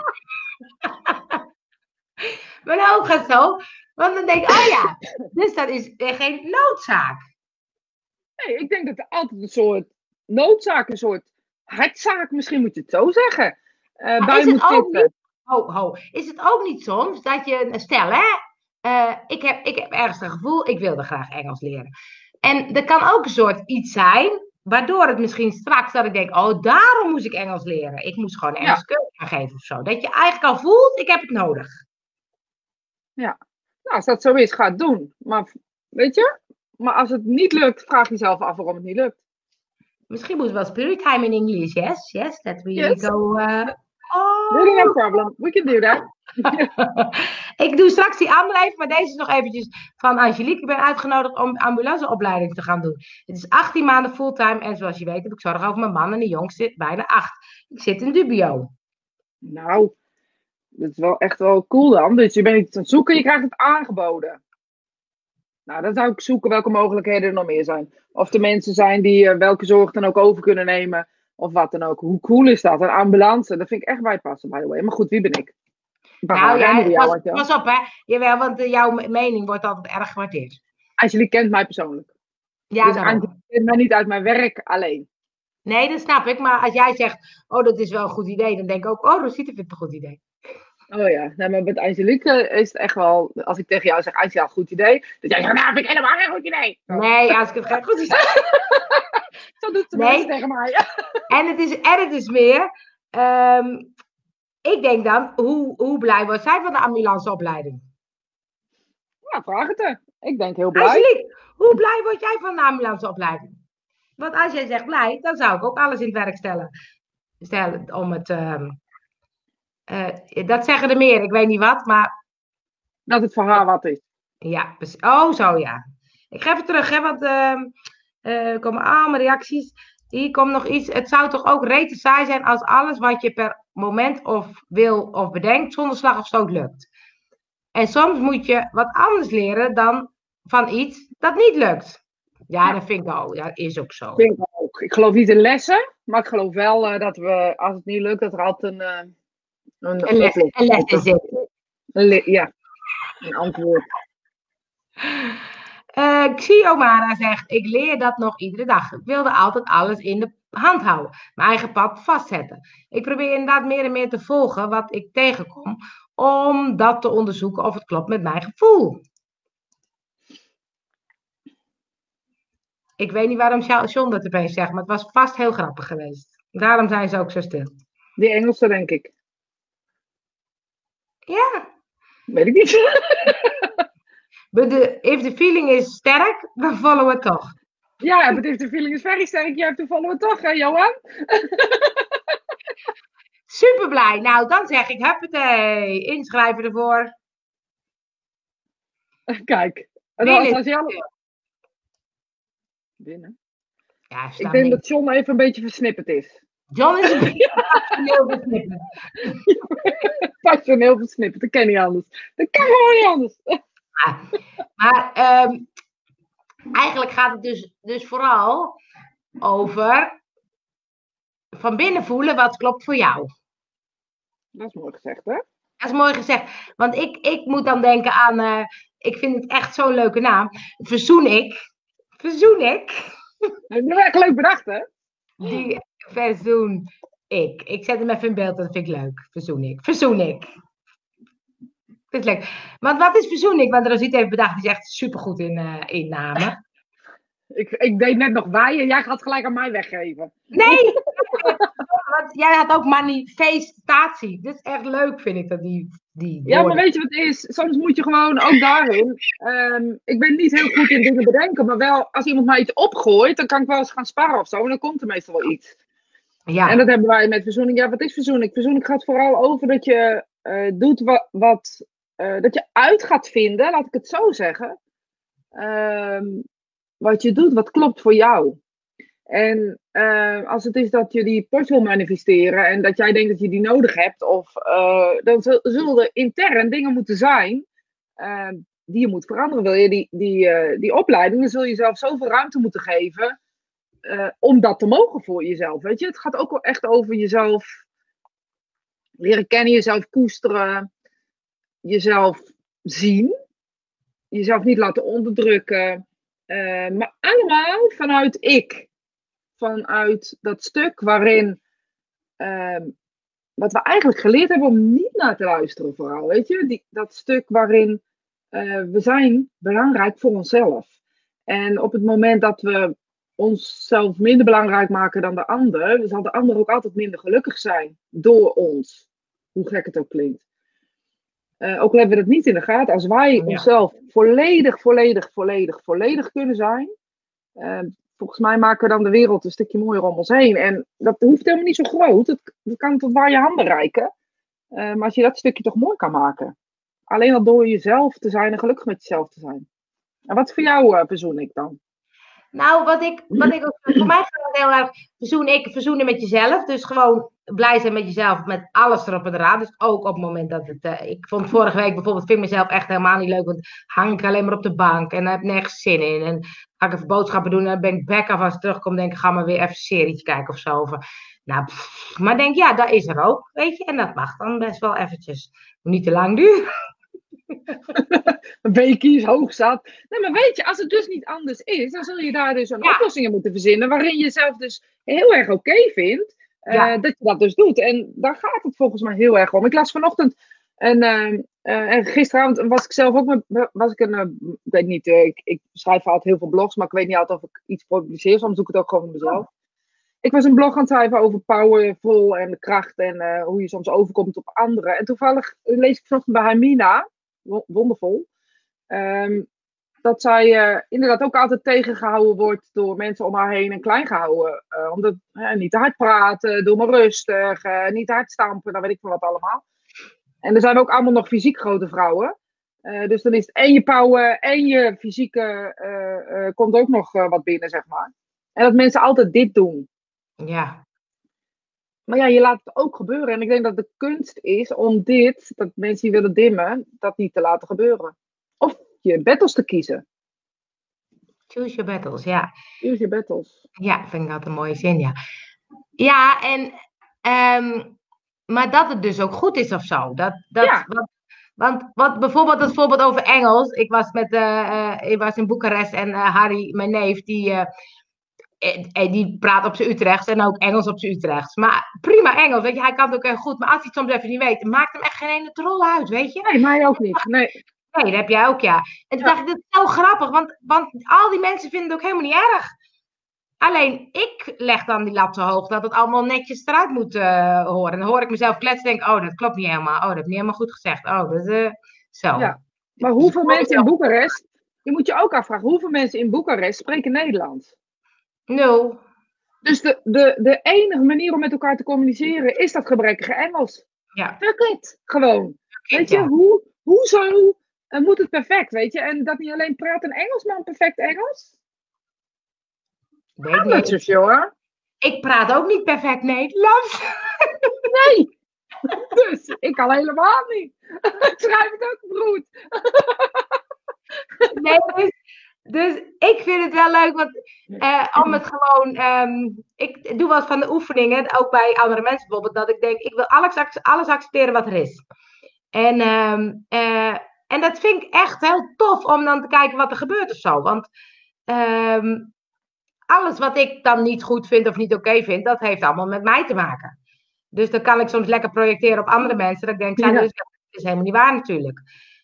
Mijn hoofd gaat zo, want dan denk ik, oh ja, dus dat is geen noodzaak. Nee, ik denk dat er altijd een soort noodzaak, een soort hartzaak, misschien moet je het zo zeggen, bij is moet het ook zitten. niet, is het ook niet soms dat je, stel hè, ik heb ergens een gevoel, ik wilde graag Engels leren. En er kan ook een soort iets zijn, waardoor het misschien straks dat ik denk, oh, daarom moest ik Engels leren. Ik moest gewoon Engels kunnen gaan geven of zo. Dat je eigenlijk al voelt, ik heb het nodig. Ja, nou, als dat zo is, ga het doen. Maar weet je, maar als het niet lukt, vraag jezelf af waarom het niet lukt. Misschien moet wel spirit time in English, yes, that we go... Really no problem, we can do that. Ik doe straks die andere even, maar deze is nog eventjes van Angelique. Ik ben uitgenodigd om ambulanceopleiding te gaan doen. Het is 18 maanden fulltime en zoals je weet heb ik zorg over mijn man en de jongste bijna 8. Ik zit in dubio. Nou, dat is wel echt wel cool dan. Dus je bent iets aan het zoeken, je krijgt het aangeboden. Nou, dan zou ik zoeken welke mogelijkheden er nog meer zijn. Of er mensen zijn die welke zorg dan ook over kunnen nemen. Of wat dan ook. Hoe cool is dat? Een ambulance, dat vind ik echt bijpassen, by the way. Maar goed, wie ben ik? Nou ja, pas op hè. Jawel, want jouw mening wordt altijd erg gewaardeerd. Angelique kent mij persoonlijk. Ja, dus Angelique kent mij niet uit mijn werk alleen. Nee, dat snap ik. Maar als jij zegt, oh, dat is wel een goed idee. Dan denk ik ook, oh, Rosita vindt het een goed idee. Oh ja, nou, maar met Angelique is het echt wel... Als ik tegen jou zeg, Angelique, een goed idee. Dan jij zegt, nou, vind ik helemaal geen goed idee. Nee, als ik het geen goed idee. Zo doet ze mensen tegen mij. En het is meer... ik denk dan, hoe blij wordt zij van de ambulanceopleiding? Ja, vraag het er. Ik denk heel blij. Angelique, hoe blij word jij van de ambulanceopleiding? Want als jij zegt blij, dan zou ik ook alles in het werk stellen om het... dat zeggen er meer, ik weet niet wat, maar... Dat het voor haar wat is. Ja, oh zo ja. Ik ga even terug, hè, want er komen allemaal reacties. Hier komt nog iets. Het zou toch ook rete saai zijn als alles wat je per moment of wil of bedenkt zonder slag of stoot lukt. En soms moet je wat anders leren dan van iets dat niet lukt. Ja, dat vind ik ook. Dat is ook zo. Vind ik ook. Ik geloof niet in lessen, maar ik geloof wel dat we, als het niet lukt, dat er altijd een les in zit. Ja, een antwoord. Xiomara zegt, ik leer dat nog iedere dag. Ik wilde altijd alles in de hand houden. Mijn eigen pad vastzetten. Ik probeer inderdaad meer en meer te volgen wat ik tegenkom. Om dat te onderzoeken of het klopt met mijn gevoel. Ik weet niet waarom John dat opeens zegt. Maar het was vast heel grappig geweest. Daarom zijn ze ook zo stil. Die Engelse, denk ik. Ja. Weet ik niet. If the feeling is sterk, dan volgen we toch. Ja, but if the feeling is very sterk, you have to follow it toch, hè, Johan? Super blij. Nou, dan zeg ik, huppatee, inschrijven ervoor. Kijk. En dan als je alle... Binnen. Ja, ik denk dat John even een beetje versnipperd is. John is een beetje passioneel versnipperd. Passioneel versnipperd, dat kan niet anders. Dat kan gewoon niet anders. Ja, maar eigenlijk gaat het dus vooral over van binnen voelen wat klopt voor jou. Dat is mooi gezegd, hè? Dat is mooi gezegd. Want ik moet dan denken aan, ik vind het echt zo'n leuke naam. Verzoen ik. Verzoen ik. Dat heb je echt leuk bedacht, hè? Die verzoen ik. Ik zet hem even in beeld, dat vind ik leuk. Verzoen ik. Verzoen ik. Dat is leuk. Want wat is verzoen ik? Want Rosita heeft bedacht, die is echt supergoed in namen. Ik deed net nog waaien. Jij gaat gelijk aan mij weggeven. Nee! Want jij had ook manifestatie. Dat is echt leuk, vind ik, dat die Ja, maar woorden. weet je wat het is? Soms moet je gewoon ook daarin. Ik ben niet heel goed in dingen bedenken, maar wel als iemand mij iets opgooit, dan kan ik wel eens gaan sparren of zo. En dan komt er meestal wel iets. Ja. En dat hebben wij met verzoening. Ja, wat is verzoening? Verzoening gaat vooral over dat je doet dat je uit gaat vinden, laat ik het zo zeggen. Wat je doet, wat klopt voor jou. En als het is dat je die post wil manifesteren en dat jij denkt dat je die nodig hebt, dan zullen er intern dingen moeten zijn die je moet veranderen. Wil je die opleiding, dan zul je jezelf zoveel ruimte moeten geven om dat te mogen voor jezelf. Weet je, het gaat ook wel echt over jezelf leren kennen, jezelf koesteren, jezelf zien, jezelf niet laten onderdrukken. Maar allemaal vanuit ik. Vanuit dat stuk waarin, wat we eigenlijk geleerd hebben om niet naar te luisteren vooral, weet je? Dat stuk waarin we zijn belangrijk voor onszelf. En op het moment dat we onszelf minder belangrijk maken dan de ander, dan zal de ander ook altijd minder gelukkig zijn door ons. Hoe gek het ook klinkt. Ook al hebben we dat niet in de gaten, als wij onszelf volledig kunnen zijn, volgens mij maken we dan de wereld een stukje mooier om ons heen. En dat hoeft helemaal niet zo groot. Dat kan tot waar je handen reiken. Maar als je dat stukje toch mooi kan maken. Alleen al door jezelf te zijn en gelukkig met jezelf te zijn. En wat voor jou verzoen ik dan? Nou, voor mij gaat het heel erg verzoenen met jezelf. Dus gewoon blij zijn met jezelf, met alles erop en eraan. Dus ook op het moment dat ik vond vorige week bijvoorbeeld, vind ik mezelf echt helemaal niet leuk. Want hang ik alleen maar op de bank en daar heb ik nergens zin in. En ga ik even boodschappen doen en dan ben ik back af als ik terugkom. Denk ik, ga maar weer even een serietje kijken of zo. Nou, maar denk, ja, dat is er ook, weet je. En dat mag dan best wel eventjes. Niet te lang duren. Een weekje is hoog zat. Nee, maar weet je, als het dus niet anders is, dan zul je daar dus een oplossing in moeten verzinnen. Waarin je jezelf dus heel erg oké vindt. Dat je dat dus doet. En daar gaat het volgens mij heel erg om. Ik las vanochtend en gisteravond was ik zelf ook ik weet niet, ik schrijf altijd heel veel blogs, maar ik weet niet altijd of ik iets publiceer. Soms doe ik het ook gewoon mezelf. Ik was een blog aan het schrijven over powerful en de kracht en hoe je soms overkomt op anderen. En toevallig lees ik vanochtend bij Hermina, wondervol, dat zij inderdaad ook altijd tegengehouden wordt door mensen om haar heen en klein gehouden. Omdat niet te hard praten, doe maar rustig, niet te hard stampen, dan weet ik van wat allemaal. En er zijn ook allemaal nog fysiek grote vrouwen. Dus dan is het en je power en je fysieke komt ook nog wat binnen, zeg maar. En dat mensen altijd dit doen. Ja. Maar ja, je laat het ook gebeuren. En ik denk dat de kunst is om dat mensen die willen dimmen, dat niet te laten gebeuren. Of je battles te kiezen. Choose your battles, ja. Choose your battles. Ja, vind ik altijd een mooie zin, ja. Ja, en maar dat het dus ook goed is of zo. Want bijvoorbeeld het voorbeeld over Engels. Ik was in Boekarest en Harry, mijn neef, die praat op zijn Utrechts en ook Engels op zijn Utrechts. Maar prima Engels, weet je, hij kan het ook echt goed. Maar als hij het soms even niet weet, maakt hem echt geen ene trol uit, weet je. Nee, mij ook niet. Nee, dat heb jij ook, ja. En toen dacht ik, dat is zo grappig, want al die mensen vinden het ook helemaal niet erg. Alleen, ik leg dan die lat zo hoog dat het allemaal netjes eruit moet horen. En dan hoor ik mezelf kletsen en denk, oh, dat klopt niet helemaal. Oh, dat heb ik niet helemaal goed gezegd. Oh, dat zo. Ja. Maar hoeveel mensen in Boekarest, je moet je ook afvragen, hoeveel mensen in Boekarest spreken Nederlands? 0. Dus de enige manier om met elkaar te communiceren is dat gebrekkige Engels. Ja. Fuck it, gewoon. Weet je, hoezo moet het perfect, weet je? En dat niet alleen praat een Engelsman perfect Engels? Weet niet. Zo sure. Ik praat ook niet perfect Nederlands. Nee. Dus ik kan helemaal niet. Ik schrijf het ook broed. Nee, dus ik vind het wel leuk, want om het gewoon... ik doe wat van de oefeningen, ook bij andere mensen bijvoorbeeld, dat ik denk, ik wil alles accepteren wat er is. En dat vind ik echt heel tof om dan te kijken wat er gebeurt of zo. Want alles wat ik dan niet goed vind of niet oké vind, dat heeft allemaal met mij te maken. Dus dan kan ik soms lekker projecteren op andere mensen. Dat ik denk, dat is helemaal niet waar natuurlijk.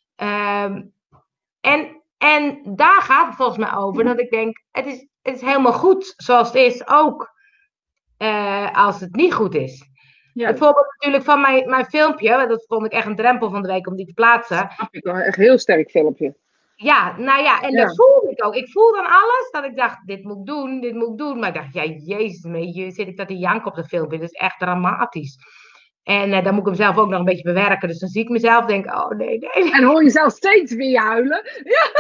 En daar gaat het volgens mij over. Dat ik denk, het is helemaal goed zoals het is. Ook als het niet goed is. Ja. Het voorbeeld natuurlijk van mijn filmpje. Dat vond ik echt een drempel van de week om die te plaatsen. Snap ik wel. Echt een heel sterk filmpje. Ja, nou ja, en dat voelde ik ook. Ik voelde dan alles dat ik dacht, dit moet ik doen. Maar ik dacht, ja, jezus, zit ik dat te janken op dat filmpje. Dat is echt dramatisch. En dan moet ik hem zelf ook nog een beetje bewerken. Dus dan zie ik mezelf denk, oh nee. En hoor je zelf steeds weer huilen. Ja.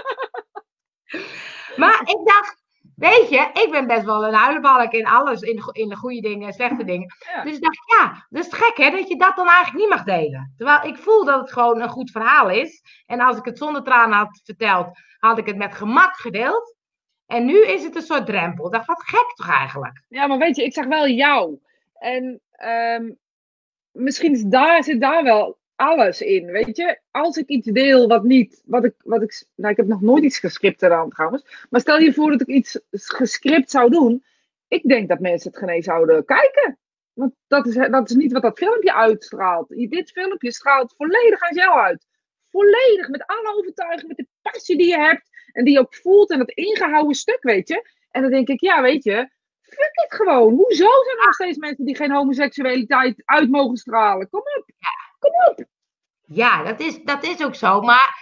Maar ik dacht, weet je, ik ben best wel een huilenbalk in alles. In de goede dingen en slechte dingen. Ja. Dus ik dacht, ja, dat is gek hè, dat je dat dan eigenlijk niet mag delen. Terwijl ik voel dat het gewoon een goed verhaal is. En als ik het zonder tranen had verteld, had ik het met gemak gedeeld. En nu is het een soort drempel. Ik dacht, wat gek toch eigenlijk? Ja, maar weet je, ik zag wel jou. En misschien zit daar wel alles in, weet je. Als ik iets deel ik heb nog nooit iets gescript gedaan trouwens. Maar stel je voor dat ik iets gescript zou doen. Ik denk dat mensen het geen eens zouden kijken. Want dat is niet wat dat filmpje uitstraalt. Dit filmpje straalt volledig aan jou uit. Volledig, met alle overtuiging, met de passie die je hebt. En die je ook voelt en dat ingehouden stuk, weet je. En dan denk ik, ja, weet je, fuck het gewoon. Hoezo zijn er nog steeds mensen die geen homoseksualiteit uit mogen stralen? Kom op. Kom op. Ja, dat is ook zo. Maar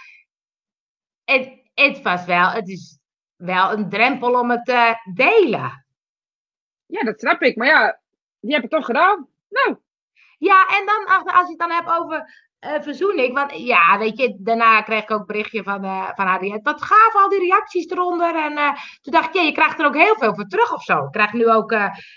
het is wel een drempel om het te delen. Ja, dat snap ik. Maar ja, die heb ik toch gedaan. Nou. Ja, en dan als je het dan hebt over verzoening. Want ja, weet je, daarna kreeg ik ook een berichtje van haar. Dat gaaf, al die reacties eronder. En toen dacht ik, je krijgt er ook heel veel voor terug of zo. Ik krijg nu ook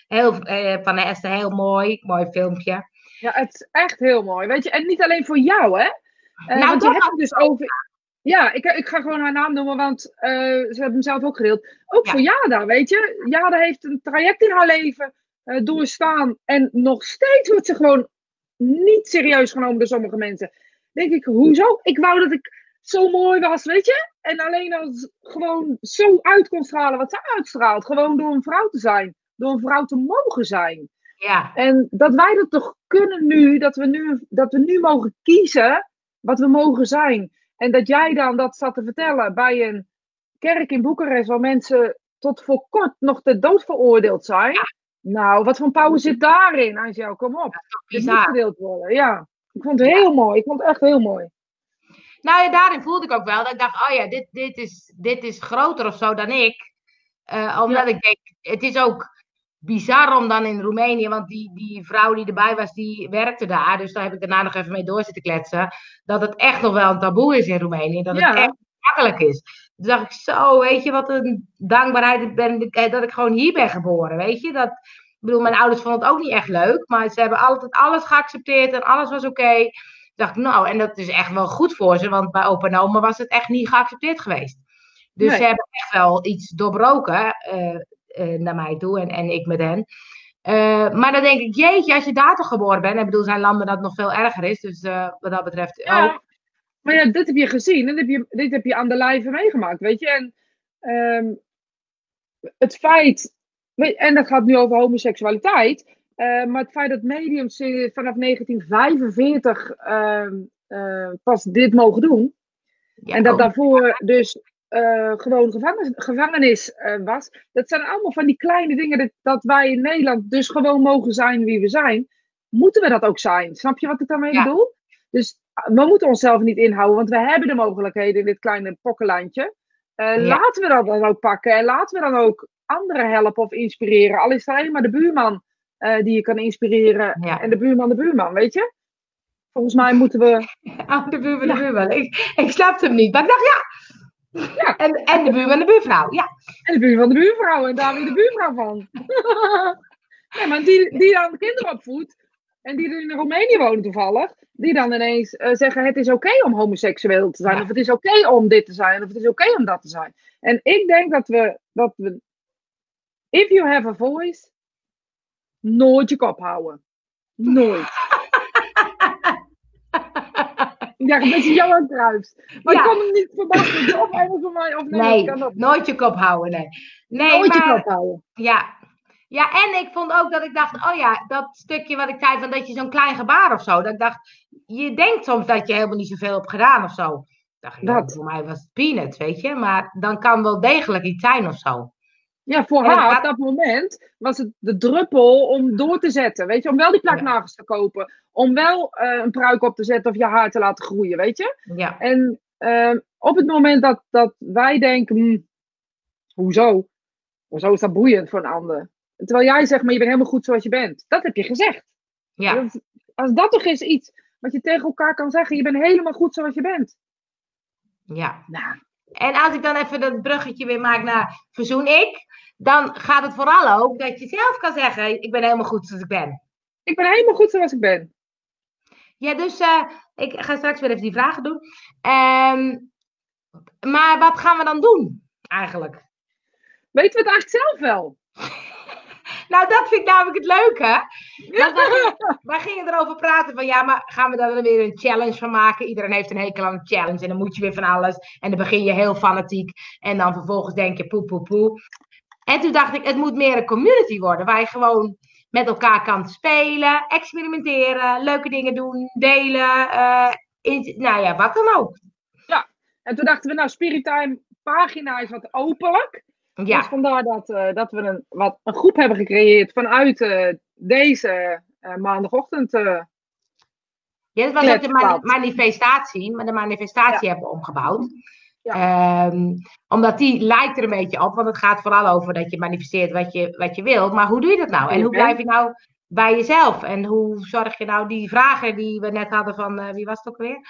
van Esther heel mooi filmpje. Ja, het is echt heel mooi. Weet je, en niet alleen voor jou, hè? Want je hebt het dus over. Ja, ik ga gewoon haar naam noemen, want ze hebben hem zelf ook gedeeld. Ook voor Jada, weet je. Jada heeft een traject in haar leven doorstaan. En nog steeds wordt ze gewoon niet serieus genomen door sommige mensen. Denk ik, hoezo? Ik wou dat ik zo mooi was, weet je. En alleen als gewoon zo uit kon stralen wat ze uitstraalt. Gewoon door een vrouw te zijn. Door een vrouw te mogen zijn. Ja. En dat wij dat toch kunnen nu, dat we nu mogen kiezen wat we mogen zijn. En dat jij dan dat zat te vertellen bij een kerk in Boekarest, waar mensen tot voor kort nog ter dood veroordeeld zijn. Ja. Nou, wat voor power zit daarin, Angel? Kom op. Het moet gedeeld worden, ja. Ik vond het heel mooi. Ik vond het echt heel mooi. Nou ja, daarin voelde ik ook wel dat ik dacht, oh ja, dit is groter of zo dan ik. Omdat ik denk, het is ook bizar om dan in Roemenië, want die vrouw die erbij was, die werkte daar. Dus daar heb ik daarna nog even mee door zitten kletsen. Dat het echt nog wel een taboe is in Roemenië. Dat het echt makkelijk is. Dus dacht ik zo, weet je, wat een dankbaarheid dat ik gewoon hier ben geboren, weet je. Ik bedoel, mijn ouders vonden het ook niet echt leuk. Maar ze hebben altijd alles geaccepteerd en alles was oké. Dacht ik, nou, en dat is echt wel goed voor ze. Want bij opa en oma was het echt niet geaccepteerd geweest. Dus ze hebben echt wel iets doorbroken naar mij toe en ik met hen. Maar dan denk ik, jeetje, als je daar toch geboren bent. Ik bedoel, zijn landen dat nog veel erger is. Dus wat dat betreft ook. Maar ja, dit heb je gezien. En dit heb je aan de lijve meegemaakt, weet je. En het feit... En dat gaat nu over homoseksualiteit. Maar het feit dat mediums vanaf 1945 pas dit mogen doen. Ja, en dat daarvoor dus gewoon gevangenis was. Dat zijn allemaal van die kleine dingen dat wij in Nederland dus gewoon mogen zijn wie we zijn. Moeten we dat ook zijn? Snap je wat ik daarmee bedoel? Dus we moeten onszelf niet inhouden, want we hebben de mogelijkheden in dit kleine pokkenlandje. Laten we dat dan ook pakken. En laten we dan ook anderen helpen of inspireren. Al is het alleen maar de buurman die je kan inspireren. En de buurman, weet je? Volgens mij moeten we... de buurman. Ik snapte hem niet. Maar ik dacht, ja. En de buurman, de buurvrouw, ja. En de buurman, de buurvrouw. En daar weer de buurvrouw van. Ja, maar die dan kinderen opvoedt. En die er in Roemenië wonen toevallig. Die dan ineens zeggen, het is oké om homoseksueel te zijn. Of het is oké om dit te zijn. Of het is oké om dat te zijn. En ik denk dat we... If you have a voice... Nooit je kop houden. Nooit. Ja, een beetje Johan Cruijff. Maar Ja. ik kon hem niet verwachten. Of Engels van mij, of nee, kan dat nooit je kop houden, nee. nooit je maar, kop houden. Ja. Ja, en ik vond ook dat ik dacht, oh ja, dat stukje wat ik zei van dat je zo'n klein gebaar of zo. Dat ik dacht, je denkt soms dat je helemaal niet zoveel hebt gedaan of zo. Dacht ik, Dat. voor mij was het peanuts, weet je. Maar dan kan wel degelijk iets zijn of zo. Ja, voor En ik haar had- op dat moment was het de druppel om door te zetten. Weet je, om wel die plaknagels te kopen. Om wel een pruik op te zetten of je haar te laten groeien, weet je. Ja, En op het moment dat wij denken, hoezo? Hoezo is dat boeiend voor een ander? Terwijl jij zegt, maar je bent helemaal goed zoals je bent. Dat heb je gezegd. ja, Als dat toch is iets wat je tegen elkaar kan zeggen, je bent helemaal goed zoals je bent. ja. Nou, En als ik dan even dat bruggetje weer maak naar verzoen ik, dan gaat het vooral ook dat je zelf kan zeggen, ik ben helemaal goed zoals ik ben. ik ben helemaal goed zoals ik ben. Ja, dus ik ga straks weer even die vragen doen. Maar wat gaan we dan doen eigenlijk? Weten we het eigenlijk zelf wel? Nou, dat vind ik namelijk het leuke. Wij gingen erover praten van, ja, maar gaan we daar dan weer een challenge van maken? Iedereen heeft een hekel aan een challenge en dan moet je weer van alles. En dan begin je heel fanatiek en dan vervolgens denk je poe, poe, poe. En toen dacht ik, het moet meer een community worden, waar je gewoon met elkaar kan spelen, experimenteren, leuke dingen doen, delen, nou ja, wat dan ook. Ja, en toen dachten we, nou, Spirittime pagina is wat openlijk. Ja. Dus vandaar dat we een groep hebben gecreëerd vanuit deze maandagochtend. Ja, dat was ook de manifestatie, maar de manifestatie hebben we omgebouwd. Ja. Omdat die lijkt er een beetje op, want het gaat vooral over dat je manifesteert wat je wilt. Maar hoe doe je dat nou? En hoe blijf je nou bij jezelf? En hoe zorg je nou die vragen die we net hadden van, wie was het ook weer?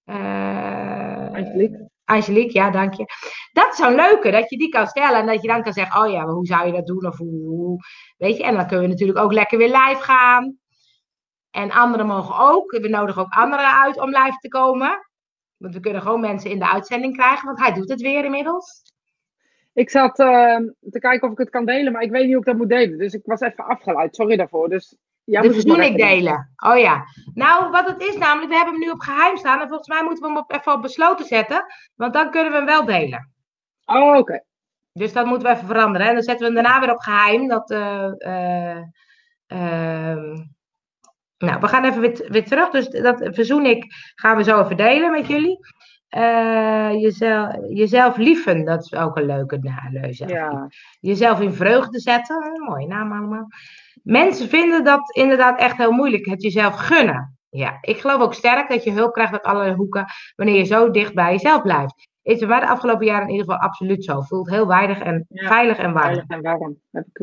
Angelique, ja, dank je. Dat is zo'n leuke, dat je die kan stellen en dat je dan kan zeggen, oh ja, maar hoe zou je dat doen? Of hoe, weet je, en dan kunnen we natuurlijk ook lekker weer live gaan. En anderen mogen ook. We nodigen ook anderen uit om live te komen. Want we kunnen gewoon mensen in de uitzending krijgen. Want hij doet het weer inmiddels. Ik zat te kijken of ik het kan delen. Maar ik weet niet hoe ik dat moet delen. Dus ik was even afgeleid. Sorry daarvoor. Dus de verzoening delen. Oh ja. Nou, wat het is namelijk. We hebben hem nu op geheim staan. En volgens mij moeten we hem even op besloten zetten. Want dan kunnen we hem wel delen. Oh, oké. Dus dat moeten we even veranderen. En dan zetten we hem daarna weer op geheim. Nou, we gaan even weer terug. Dus dat verzoen ik gaan we zo even delen met jullie. Jezelf lieven, dat is ook een leuke naam. Ja. Jezelf in vreugde zetten. Mooie naam allemaal. Mensen vinden dat inderdaad echt heel moeilijk. Het jezelf gunnen. Ja, ik geloof ook sterk dat je hulp krijgt uit allerlei hoeken. Wanneer je zo dicht bij jezelf blijft. Is er bij de afgelopen jaren in ieder geval absoluut zo. Voelt heel weinig en veilig en warm. Veilig en warm.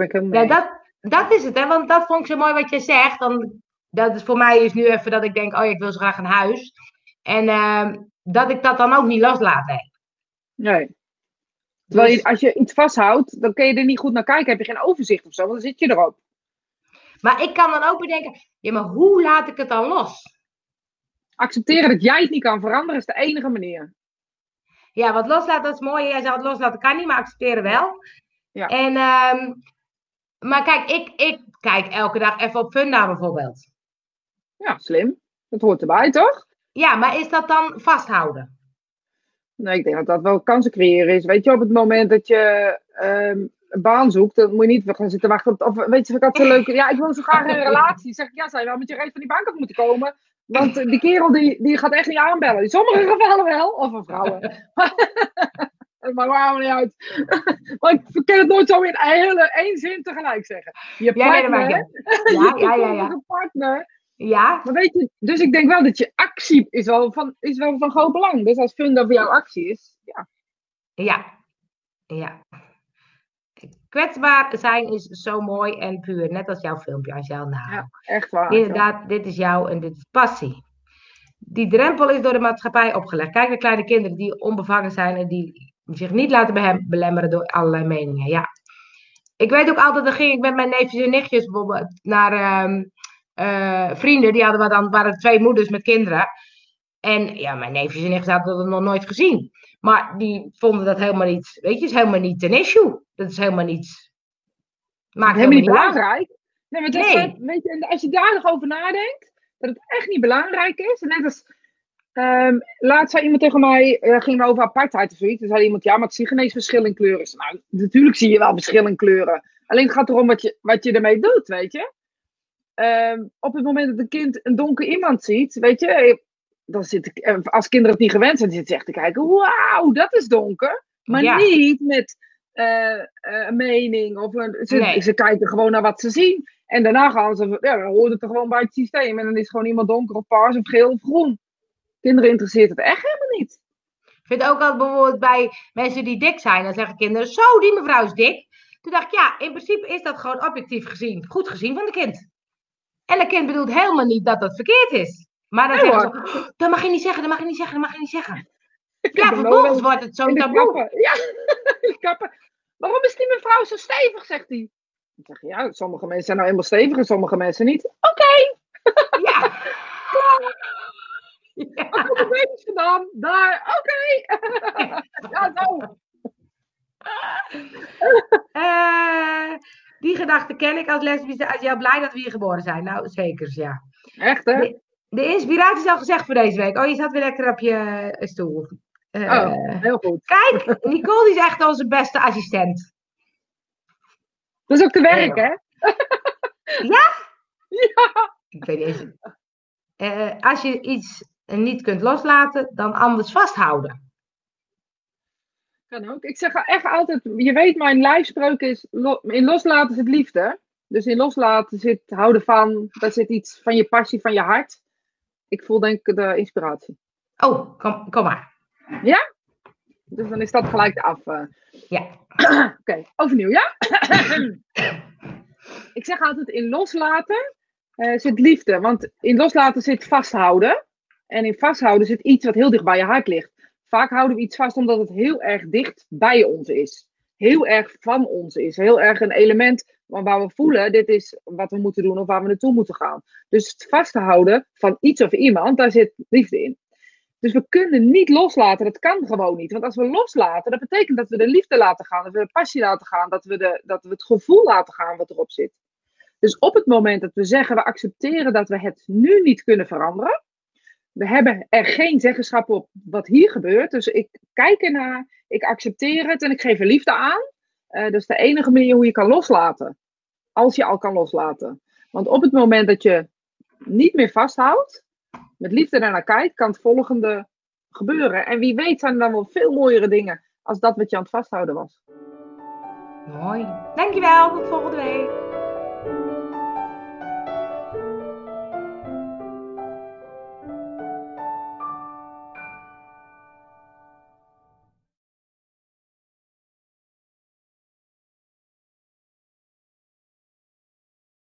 Dat is het, hè? Want dat vond ik zo mooi wat je zegt. Dat is voor mij is nu even dat ik denk, oh ja, ik wil zo graag een huis. En dat ik dat dan ook niet loslaat. Nee. Terwijl als je iets vasthoudt, dan kun je er niet goed naar kijken. Heb je geen overzicht of zo, want dan zit je erop. Maar ik kan dan ook bedenken, ja, maar hoe laat ik het dan los? Accepteren dat jij het niet kan veranderen is de enige manier. Ja, wat loslaten, dat is mooi. Jij zou het loslaten, kan niet, maar accepteren wel. Ja. En, maar kijk, ik kijk elke dag even op Funda bijvoorbeeld. Ja, slim. Dat hoort erbij, toch? Ja, maar is dat dan vasthouden? Nee, ik denk dat dat wel kansen creëren is. Weet je, op het moment dat je een baan zoekt, dan moet je niet gaan zitten wachten op... Of, weet je, ik had zo leuk... Ja, ik wil zo graag een relatie. Zeg ik, ja, zou je wel met je reet van die bank af moeten komen? Want die kerel, die gaat echt niet aanbellen. In sommige gevallen wel. Of een vrouwen. Maar waarom niet uit? Maar ik kan het nooit zo in één zin tegelijk zeggen. Je partner... Ja. partner... Ja. Maar weet je, dus ik denk wel dat je actie is wel van groot belang. Dus als Funda voor jou actie is, ja. Ja. Kwetsbaar zijn is zo mooi en puur. Net als jouw filmpje, Angel. Nou, ja, echt waar. Inderdaad, dit is jou en dit is passie. Die drempel is door de maatschappij opgelegd. Kijk naar kleine kinderen die onbevangen zijn en die zich niet laten belemmeren door allerlei meningen. Ja. Ik weet ook altijd, dan ging ik met mijn neefjes en nichtjes bijvoorbeeld naar... vrienden, die waren 2 moeders met kinderen. En ja, mijn neefjes en nichtjes hadden dat nog nooit gezien. Maar die vonden dat helemaal niet, weet je, is helemaal niet een issue. Dat is helemaal niet... Maakt helemaal niet belangrijk. Nee, maar weet je, als je daar nog over nadenkt, dat het echt niet belangrijk is. En net als Laatst zei iemand tegen mij, ging het over apartheid of zoiets. Toen zei iemand, ja, maar ik zie geen eens verschil in kleuren. Ik zei, nou, natuurlijk zie je wel verschil in kleuren. Alleen het gaat erom wat je ermee doet, weet je. Op het moment dat een kind een donker iemand ziet, weet je, dan zit ik, als kinderen het niet gewend zijn, zitten ze echt te kijken, wauw, dat is donker. Maar Ja. niet met een mening. Ze kijken gewoon naar wat ze zien. En daarna gaan ze, ja, dan hoort het er gewoon bij het systeem. En dan is gewoon iemand donker of paars of geel of groen. Kinderen interesseert het echt helemaal niet. Ik vind ook altijd bijvoorbeeld bij mensen die dik zijn, dan zeggen kinderen, zo, die mevrouw is dik. Toen dacht ik, ja, in principe is dat gewoon objectief gezien, goed gezien van de kind. En het kind bedoelt helemaal niet dat dat verkeerd is. Maar dan zeggen ze, oh, dat mag je niet zeggen, dat mag je niet zeggen, dat mag je niet zeggen. Ja, vervolgens wordt het zo'n taboe. Ja, in de kappen. Waarom is die mevrouw zo stevig, zegt hij. Dan zeg je, ja, sommige mensen zijn nou eenmaal stevig en sommige mensen niet. Oké. Ja. Ja. Wat heb ik gedaan? Daar, oké. Ja, zo. Die gedachte ken ik als lesbische. Als jij blij dat we hier geboren zijn. Nou, zeker, ja. Echt, hè? De inspiratie is al gezegd voor deze week. Oh, je zat weer lekker op je stoel. Heel goed. Kijk, Nicole is echt onze beste assistent. Dat is ook te werk, hè? Ja? Ja. Ik weet niet eens. Als je iets niet kunt loslaten, dan anders vasthouden. Kan ook. Ik zeg echt altijd, je weet, mijn lijfspreuk is, in loslaten zit liefde. Dus in loslaten zit houden van, daar zit iets van je passie, van je hart. Ik voel denk ik de inspiratie. Oh, kom maar. Ja? Dus dan is dat gelijk af. Ja. Oké, overnieuw, ja? Ik zeg altijd, in loslaten zit liefde. Want in loslaten zit vasthouden. En in vasthouden zit iets wat heel dicht bij je hart ligt. Vaak houden we iets vast omdat het heel erg dicht bij ons is. Heel erg van ons is. Heel erg een element waar we voelen, dit is wat we moeten doen of waar we naartoe moeten gaan. Dus het vasthouden van iets of iemand, daar zit liefde in. Dus we kunnen niet loslaten, dat kan gewoon niet. Want als we loslaten, dat betekent dat we de liefde laten gaan, dat we de passie laten gaan, dat we het gevoel laten gaan wat erop zit. Dus op het moment dat we zeggen, we accepteren dat we het nu niet kunnen veranderen, we hebben er geen zeggenschap op wat hier gebeurt. Dus ik kijk ernaar, ik accepteer het en ik geef er liefde aan. Dat is de enige manier hoe je kan loslaten. Als je al kan loslaten. Want op het moment dat je niet meer vasthoudt, met liefde daarnaar kijkt, kan het volgende gebeuren. En wie weet zijn er dan wel veel mooiere dingen als dat wat je aan het vasthouden was. Mooi. Dankjewel, tot volgende week.